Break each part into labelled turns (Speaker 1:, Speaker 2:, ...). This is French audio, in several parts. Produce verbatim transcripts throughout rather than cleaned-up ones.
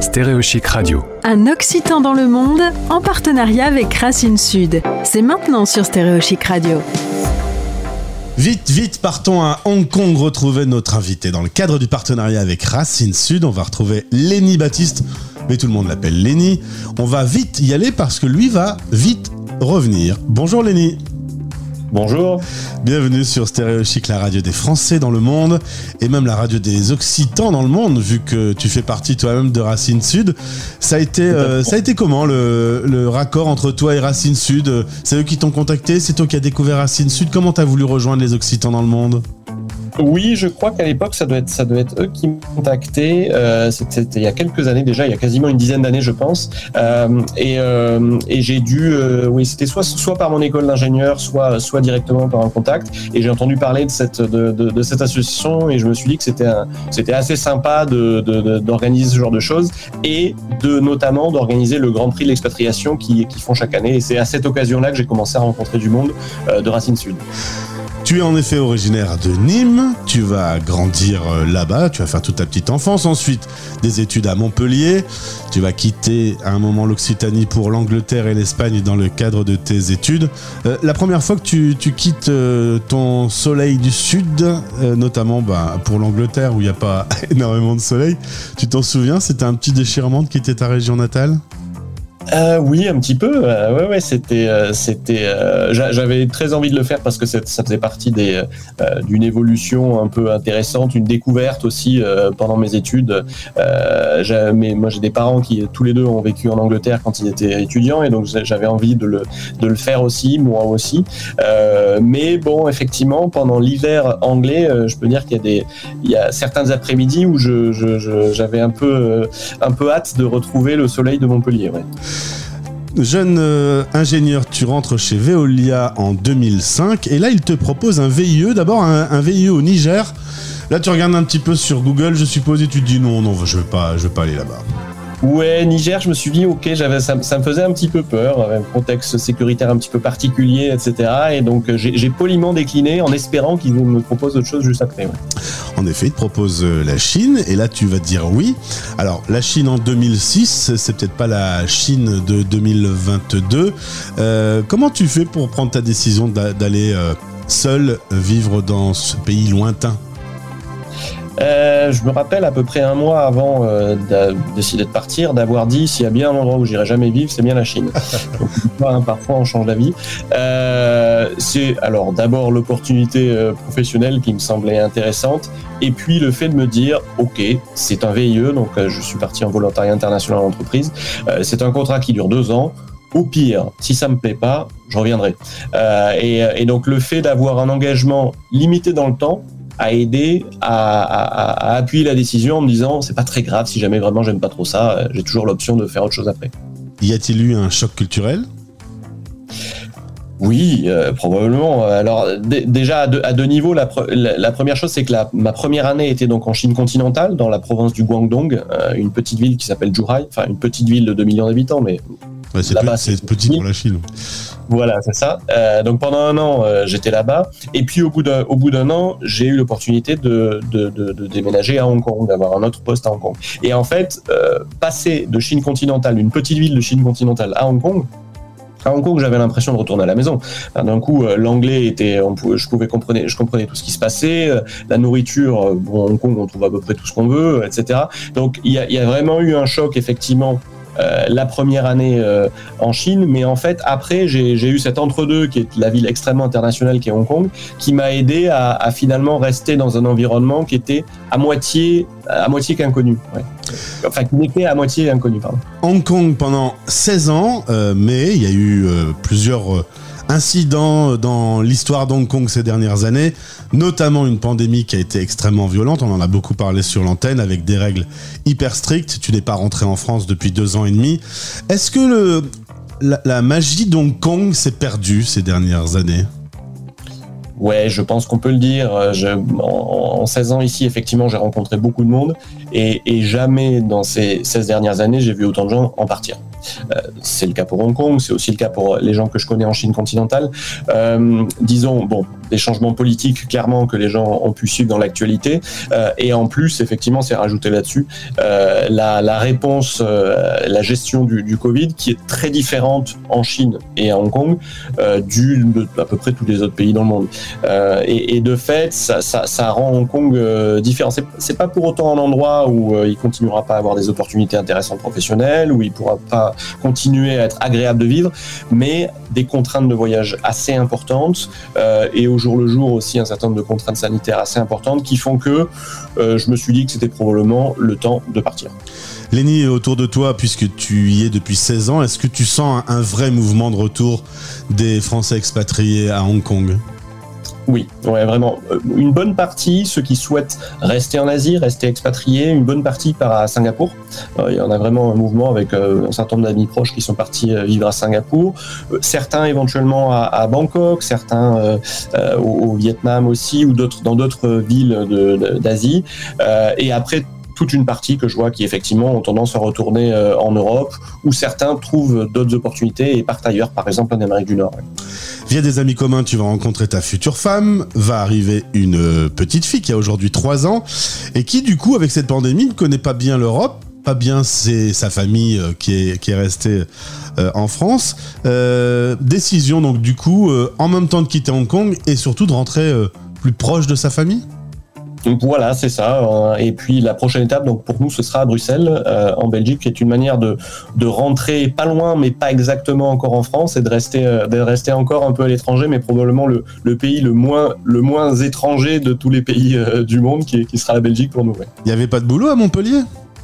Speaker 1: Stéréo Chic Radio.
Speaker 2: Un Occitan dans le monde, en partenariat avec Racine Sud. C'est maintenant sur Stéréo Chic Radio.
Speaker 3: Vite, vite, partons à Hong Kong retrouver notre invité. Dans le cadre du partenariat avec Racine Sud, on va retrouver Lenny Baptiste, mais tout le monde l'appelle Lenny. On va vite y aller parce que lui va vite revenir. Bonjour Lenny.
Speaker 4: Bonjour.
Speaker 3: Bienvenue sur Stéréo Chic, la radio des Français dans le monde et même la radio des Occitans dans le monde, vu que tu fais partie toi-même de Racine Sud. Ça a été, euh, ça a été comment le, le raccord entre toi et Racine Sud? C'est eux qui t'ont contacté? C'est toi qui as découvert Racine Sud? Comment t'as voulu rejoindre les Occitans dans le monde?
Speaker 4: Oui, je crois qu'à l'époque, ça doit être, ça doit être eux qui m'ont contacté. Euh, c'était, c'était il y a quelques années déjà, il y a quasiment une dizaine d'années, je pense. Euh, et, euh, et j'ai dû, euh, oui, c'était soit, soit par mon école d'ingénieur, soit, soit directement par un contact. Et j'ai entendu parler de cette, de, de, de cette association et je me suis dit que c'était, un, c'était assez sympa de, de, de, d'organiser ce genre de choses et de notamment d'organiser le Grand Prix de l'expatriation qui, qui font chaque année. Et c'est à cette occasion-là que j'ai commencé à rencontrer du monde euh, de Racine Sud.
Speaker 3: Tu es en effet originaire de Nîmes, tu vas grandir là-bas, tu vas faire toute ta petite enfance, ensuite des études à Montpellier, tu vas quitter à un moment l'Occitanie pour l'Angleterre et l'Espagne dans le cadre de tes études. Euh, la première fois que tu, tu quittes euh, ton soleil du sud, euh, notamment bah, pour l'Angleterre où il n'y a pas énormément de soleil, tu t'en souviens, c'était un petit déchirement de quitter ta région natale ?
Speaker 4: Euh, oui, un petit peu. Euh, ouais, ouais, c'était, euh, c'était. Euh, j'avais très envie de le faire parce que ça faisait partie des, euh, d'une évolution un peu intéressante, une découverte aussi euh, pendant mes études. Euh, mais moi, j'ai des parents qui tous les deux ont vécu en Angleterre quand ils étaient étudiants et donc j'avais envie de le, de le faire aussi, moi aussi. Euh, mais bon, effectivement, pendant l'hiver anglais, euh, je peux dire qu'il y a des, il y a certains après-midi où je, je, je, j'avais un peu, euh, un peu hâte de retrouver le soleil de Montpellier. Ouais.
Speaker 3: Jeune euh, ingénieur, tu rentres chez Veolia en deux mille cinq et là il te propose un V I E, d'abord un, un V I E au Niger. Là tu regardes un petit peu sur Google, je suppose, et tu te dis non, non, je vais pas, je vais pas aller là-bas.
Speaker 4: Ouais, Niger, je me suis dit, ok, j'avais, ça, ça me faisait un petit peu peur, un contexte sécuritaire un petit peu particulier, et cetera. Et donc, j'ai, j'ai poliment décliné en espérant qu'ils me proposent autre chose juste après. Ouais.
Speaker 3: En effet, ils te proposent la Chine, et là, tu vas te dire oui. Alors, la Chine en deux mille six, c'est peut-être pas la Chine de deux mille vingt-deux. Euh, comment tu fais pour prendre ta décision d'aller euh, seul vivre dans ce pays lointain ?
Speaker 4: Euh, je me rappelle à peu près un mois avant euh, de décider de partir, d'avoir dit s'il y a bien un endroit où j'irai jamais vivre, c'est bien la Chine. Donc, hein, parfois on change d'avis. Euh, c'est alors d'abord l'opportunité euh, professionnelle qui me semblait intéressante, et puis le fait de me dire ok, c'est un V I E, donc euh, je suis parti en volontariat international en entreprise. Euh, c'est un contrat qui dure deux ans. Au pire, si ça me plaît pas, je reviendrai. Euh, et, et donc le fait d'avoir un engagement limité dans le temps a aidé à, à, à appuyer la décision en me disant c'est pas très grave si jamais vraiment j'aime pas trop ça, j'ai toujours l'option de faire autre chose après.
Speaker 3: Y a-t-il eu un choc culturel ?
Speaker 4: Oui, euh, probablement. Alors d- déjà à deux, à deux niveaux, la, pre- la, la première chose c'est que la, ma première année était donc en Chine continentale, dans la province du Guangdong, euh, une petite ville qui s'appelle Zhuhai, enfin une petite ville de deux millions d'habitants, mais
Speaker 3: ouais, c'est,
Speaker 4: là-bas,
Speaker 3: pe- c'est, c'est petit pour la Chine.
Speaker 4: Voilà, c'est ça. Euh, donc pendant un an, euh, j'étais là-bas. Et puis au bout d'un, au bout d'un an, j'ai eu l'opportunité de, de, de, de déménager à Hong Kong, d'avoir un autre poste à Hong Kong. Et en fait, euh, passer de Chine continentale, une petite ville de Chine continentale, à Hong Kong, à Hong Kong, j'avais l'impression de retourner à la maison. D'un coup, euh, l'anglais était, on pouvait, je pouvais comprendre, je comprenais tout ce qui se passait. Euh, la nourriture, euh, bon, à Hong Kong, on trouve à peu près tout ce qu'on veut, et cetera. Donc il y a, il y a vraiment eu un choc effectivement. Euh, la première année euh, en Chine, mais en fait après j'ai, j'ai eu cet entre-deux qui est la ville extrêmement internationale qui est Hong Kong, qui m'a aidé à, à finalement rester dans un environnement qui était à moitié à moitié qu'inconnu, ouais. Enfin qui n'était à moitié inconnu, pardon.
Speaker 3: Hong Kong pendant seize ans, euh, mais il y a eu euh, plusieurs euh, incidents dans l'histoire d'Hong Kong ces dernières années, notamment une pandémie qui a été extrêmement violente, on en a beaucoup parlé sur l'antenne, avec des règles hyper strictes. Tu n'es pas rentré en France depuis deux ans et demi. Est-ce que le, la, la magie d'Hong Kong s'est perdue ces dernières années ?
Speaker 4: Ouais, je pense qu'on peut le dire. Je, en, en seize ans ici, effectivement, j'ai rencontré beaucoup de monde et, et jamais dans ces seize dernières années, j'ai vu autant de gens en partir. euh, c'est le cas pour Hong Kong, c'est aussi le cas pour les gens que je connais en Chine continentale. Euh, disons, bon, des changements politiques clairement que les gens ont pu suivre dans l'actualité, euh, et en plus, effectivement, c'est rajouté là-dessus euh, la, la réponse, euh, la gestion du, du Covid qui est très différente en Chine et à Hong Kong euh, du de à peu près tous les autres pays dans le monde. Euh, et, et de fait, ça, ça, ça rend Hong Kong euh, différent. C'est, c'est pas pour autant un endroit où euh, il continuera pas à avoir des opportunités intéressantes professionnelles, où il pourra pas continuer à être agréable de vivre, mais des contraintes de voyage assez importantes euh, et au jour le jour aussi un certain nombre de contraintes sanitaires assez importantes qui font que euh, je me suis dit que c'était probablement le temps de partir.
Speaker 3: Lenny, autour de toi, puisque tu y es depuis seize ans, est-ce que tu sens un, un vrai mouvement de retour des Français expatriés à Hong Kong ?
Speaker 4: Oui, ouais, vraiment. Une bonne partie, ceux qui souhaitent rester en Asie, rester expatriés, une bonne partie part à Singapour. Euh, il y en a vraiment un mouvement avec euh, un certain nombre d'amis proches qui sont partis euh, vivre à Singapour. Euh, certains éventuellement à, à Bangkok, certains euh, euh, au, au Vietnam aussi, ou d'autres dans d'autres villes de, de, d'Asie. Euh, et après, toute une partie que je vois qui effectivement ont tendance à retourner euh, en Europe, où certains trouvent d'autres opportunités et partent ailleurs, par exemple en Amérique du Nord. Ouais.
Speaker 3: Via des amis communs, tu vas rencontrer ta future femme, va arriver une petite fille qui a aujourd'hui trois ans et qui du coup avec cette pandémie ne connaît pas bien l'Europe, pas bien c'est sa famille euh, qui est qui est restée euh, en France. Euh, décision donc du coup euh, en même temps de quitter Hong Kong et surtout de rentrer euh, plus proche de sa famille.
Speaker 4: Donc voilà, c'est ça. Et puis la prochaine étape, donc pour nous, ce sera à Bruxelles, euh, en Belgique, qui est une manière de de rentrer pas loin, mais pas exactement encore en France, et de rester euh, de rester encore un peu à l'étranger, mais probablement le le pays le moins le moins étranger de tous les pays euh, du monde, qui qui sera la Belgique pour nous. Ouais.
Speaker 3: Il y avait pas de boulot à Montpellier ?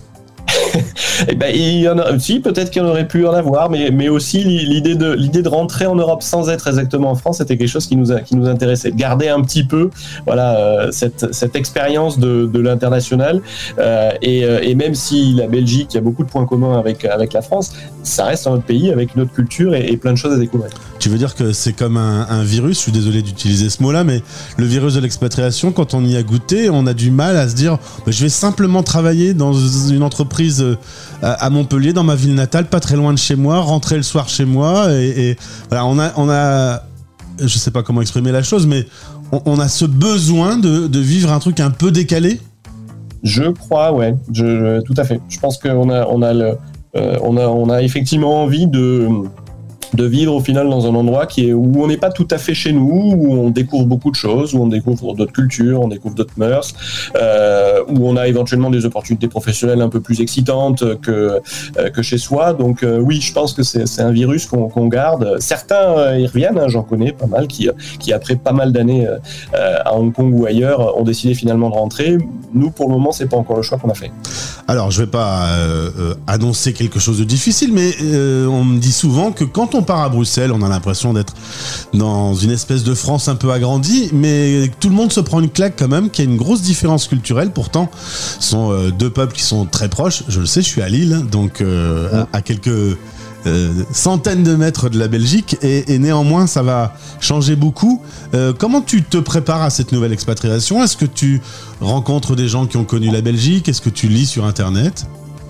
Speaker 4: Eh ben, il y en a, si, peut-être qu'il y en aurait pu en avoir, mais, mais aussi l'idée de, l'idée de rentrer en Europe sans être exactement en France, c'était quelque chose qui nous, a, qui nous intéressait. Garder un petit peu, voilà, euh, cette, cette expérience de, de l'international, euh, et, et même si la Belgique, il y a beaucoup de points communs avec, avec la France, ça reste un autre pays avec une autre culture et, et plein de choses à découvrir.
Speaker 3: Tu veux dire que c'est comme un, un virus, je suis désolé d'utiliser ce mot-là, mais le virus de l'expatriation, quand on y a goûté, on a du mal à se dire bah, je vais simplement travailler dans une entreprise à Montpellier, dans ma ville natale, pas très loin de chez moi, rentrer le soir chez moi, et, et voilà, on a, on a, je sais pas comment exprimer la chose, mais on, on a ce besoin de, de vivre un truc un peu décalé.
Speaker 4: Je crois, ouais, je, tout à fait. Je pense qu'on a, on a le, euh, on a, on a effectivement envie de. de vivre au final dans un endroit qui est, où on n'est pas tout à fait chez nous, où on découvre beaucoup de choses, où on découvre d'autres cultures, on découvre d'autres mœurs, euh, où on a éventuellement des opportunités professionnelles un peu plus excitantes que, euh, que chez soi. Donc euh, oui, je pense que c'est, c'est un virus qu'on, qu'on garde. Certains euh, y reviennent, hein, j'en connais pas mal, qui, qui après pas mal d'années euh, à Hong Kong ou ailleurs, ont décidé finalement de rentrer. Nous, pour le moment, c'est pas encore le choix qu'on a fait.
Speaker 3: Alors, je vais pas euh, euh, annoncer quelque chose de difficile, mais euh, on me dit souvent que quand on part à Bruxelles, on a l'impression d'être dans une espèce de France un peu agrandie, mais tout le monde se prend une claque quand même, qu'il y a une grosse différence culturelle. Pourtant, ce sont euh, deux peuples qui sont très proches. Je le sais, je suis à Lille, donc euh, à, à quelques euh, centaines de mètres de la Belgique, et, et néanmoins, ça va changer beaucoup. Euh, comment tu te prépares à cette nouvelle expatriation ? Est-ce que tu rencontres des gens qui ont connu la Belgique ? Est-ce que tu lis sur Internet ?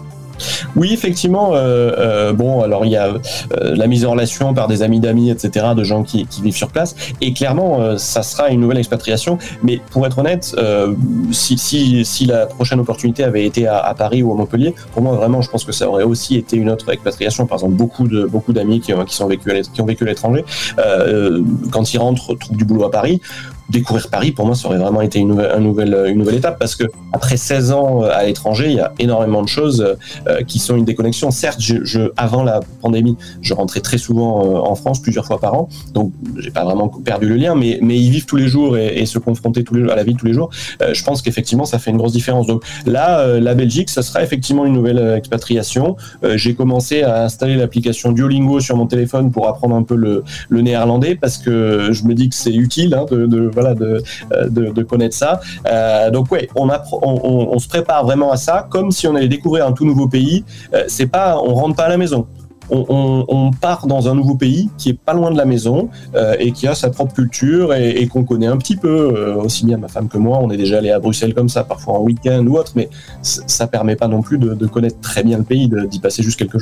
Speaker 4: Oui, effectivement. Euh, euh, bon, alors il y a euh, la mise en relation par des amis d'amis, et cetera, de gens qui, qui vivent sur place. Et clairement, euh, ça sera une nouvelle expatriation. Mais pour être honnête, euh, si, si, si la prochaine opportunité avait été à, à Paris ou à Montpellier, pour moi vraiment, je pense que ça aurait aussi été une autre expatriation. Par exemple, beaucoup de beaucoup d'amis qui, qui sont vécu à qui ont vécu à l'étranger, euh, quand ils rentrent, trouvent du boulot à Paris. Découvrir Paris, pour moi, ça aurait vraiment été une nouvelle, une nouvelle, une nouvelle étape, parce que après seize ans à l'étranger, il y a énormément de choses euh, qui sont une déconnexion. Certes, je, je, avant la pandémie, je rentrais très souvent euh, en France, plusieurs fois par an, donc j'ai pas vraiment perdu le lien, mais, mais y vivre tous les jours et, et se confronter tous les, à la vie de tous les jours, euh, je pense qu'effectivement, ça fait une grosse différence. Donc là, euh, la Belgique, ça sera effectivement une nouvelle expatriation. Euh, j'ai commencé à installer l'application Duolingo sur mon téléphone pour apprendre un peu le, le néerlandais, parce que je me dis que c'est utile hein, de, de voilà, de, de, de connaître ça. Euh, donc ouais, on, appre- on, on, on se prépare vraiment à ça, comme si on allait découvrir un tout nouveau pays. Euh, c'est pas, on rentre pas à la maison. On, on, on part dans un nouveau pays qui est pas loin de la maison euh, et qui a sa propre culture et, et qu'on connaît un petit peu, euh, aussi bien ma femme que moi. On est déjà allé à Bruxelles comme ça, parfois en week-end ou autre, mais c- ça permet pas non plus de, de connaître très bien le pays, de, d'y passer juste quelques jours.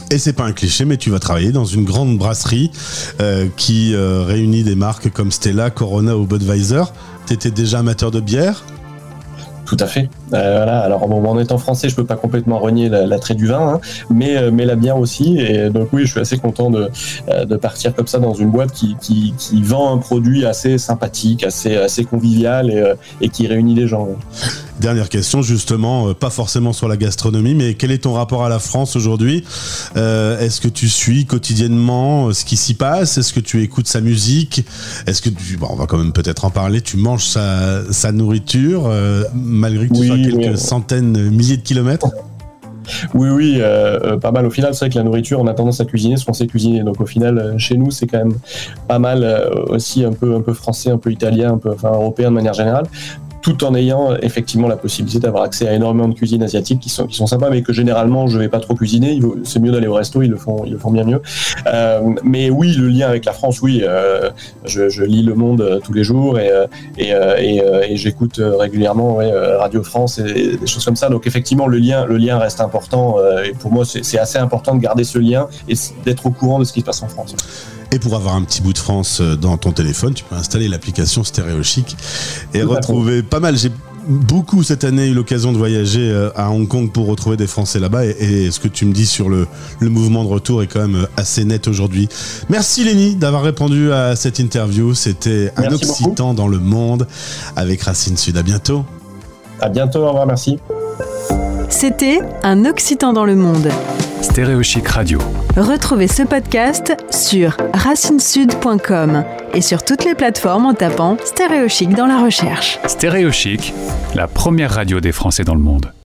Speaker 3: Et c'est pas un cliché, mais tu vas travailler dans une grande brasserie euh, qui euh, réunit des marques comme Stella, Corona ou Budweiser. T'étais déjà amateur de bière ?
Speaker 4: Tout à fait. Euh, voilà. Alors, bon, en étant français, je peux pas complètement renier la, l'attrait du vin, hein, mais, euh, mais la bière aussi. Et donc, oui, je suis assez content de, euh, de partir comme ça dans une boîte qui, qui, qui vend un produit assez sympathique, assez, assez convivial et, euh, et qui réunit les gens. Ouais.
Speaker 3: Dernière question, justement, euh, pas forcément sur la gastronomie, mais quel est ton rapport à la France aujourd'hui ? euh, Est-ce que tu suis quotidiennement ce qui s'y passe ? Est-ce que tu écoutes sa musique ? Est-ce que tu, bon, on va quand même peut-être en parler, tu manges sa, sa nourriture, euh, malgré que tu
Speaker 4: oui,
Speaker 3: sois à quelques
Speaker 4: oui.
Speaker 3: centaines, milliers de kilomètres ?
Speaker 4: Oui, oui, euh, pas mal. Au final, c'est vrai que la nourriture, on a tendance à cuisiner ce qu'on sait cuisiner. Donc, au final, euh, chez nous, c'est quand même pas mal euh, aussi un peu, un peu français, un peu italien, un peu, enfin, européen de manière générale. Tout en ayant effectivement la possibilité d'avoir accès à énormément de cuisines asiatiques qui sont qui sont sympas, mais que généralement je vais pas trop cuisiner. Il vaut, c'est mieux d'aller au resto, ils le font ils le font bien mieux. Euh, mais oui, le lien avec la France, oui, euh, je, je lis Le Monde euh, tous les jours et et et, et, et j'écoute régulièrement ouais, Radio France et, et des choses comme ça. Donc effectivement, le lien le lien reste important. Euh, et pour moi, c'est, c'est assez important de garder ce lien et d'être au courant de ce qui se passe en France.
Speaker 3: Et pour avoir un petit bout de France dans ton téléphone, tu peux installer l'application Stéréo Chic et
Speaker 4: Tout
Speaker 3: retrouver pas mal. J'ai beaucoup cette année eu l'occasion de voyager à Hong Kong pour retrouver des Français là-bas. Et, et ce que tu me dis sur le, le mouvement de retour est quand même assez net aujourd'hui. Merci Lenny d'avoir répondu à cette interview. C'était un
Speaker 4: merci
Speaker 3: Occitan
Speaker 4: beaucoup.
Speaker 3: Dans le monde avec Racine Sud. À bientôt.
Speaker 4: À bientôt, au revoir, merci.
Speaker 2: C'était Un Occitan dans le monde.
Speaker 1: Stéréo Chic Radio.
Speaker 2: Retrouvez ce podcast sur racine sud point com et sur toutes les plateformes en tapant Stéréo Chic dans la recherche.
Speaker 1: Stéréo Chic, la première radio des Français dans le monde.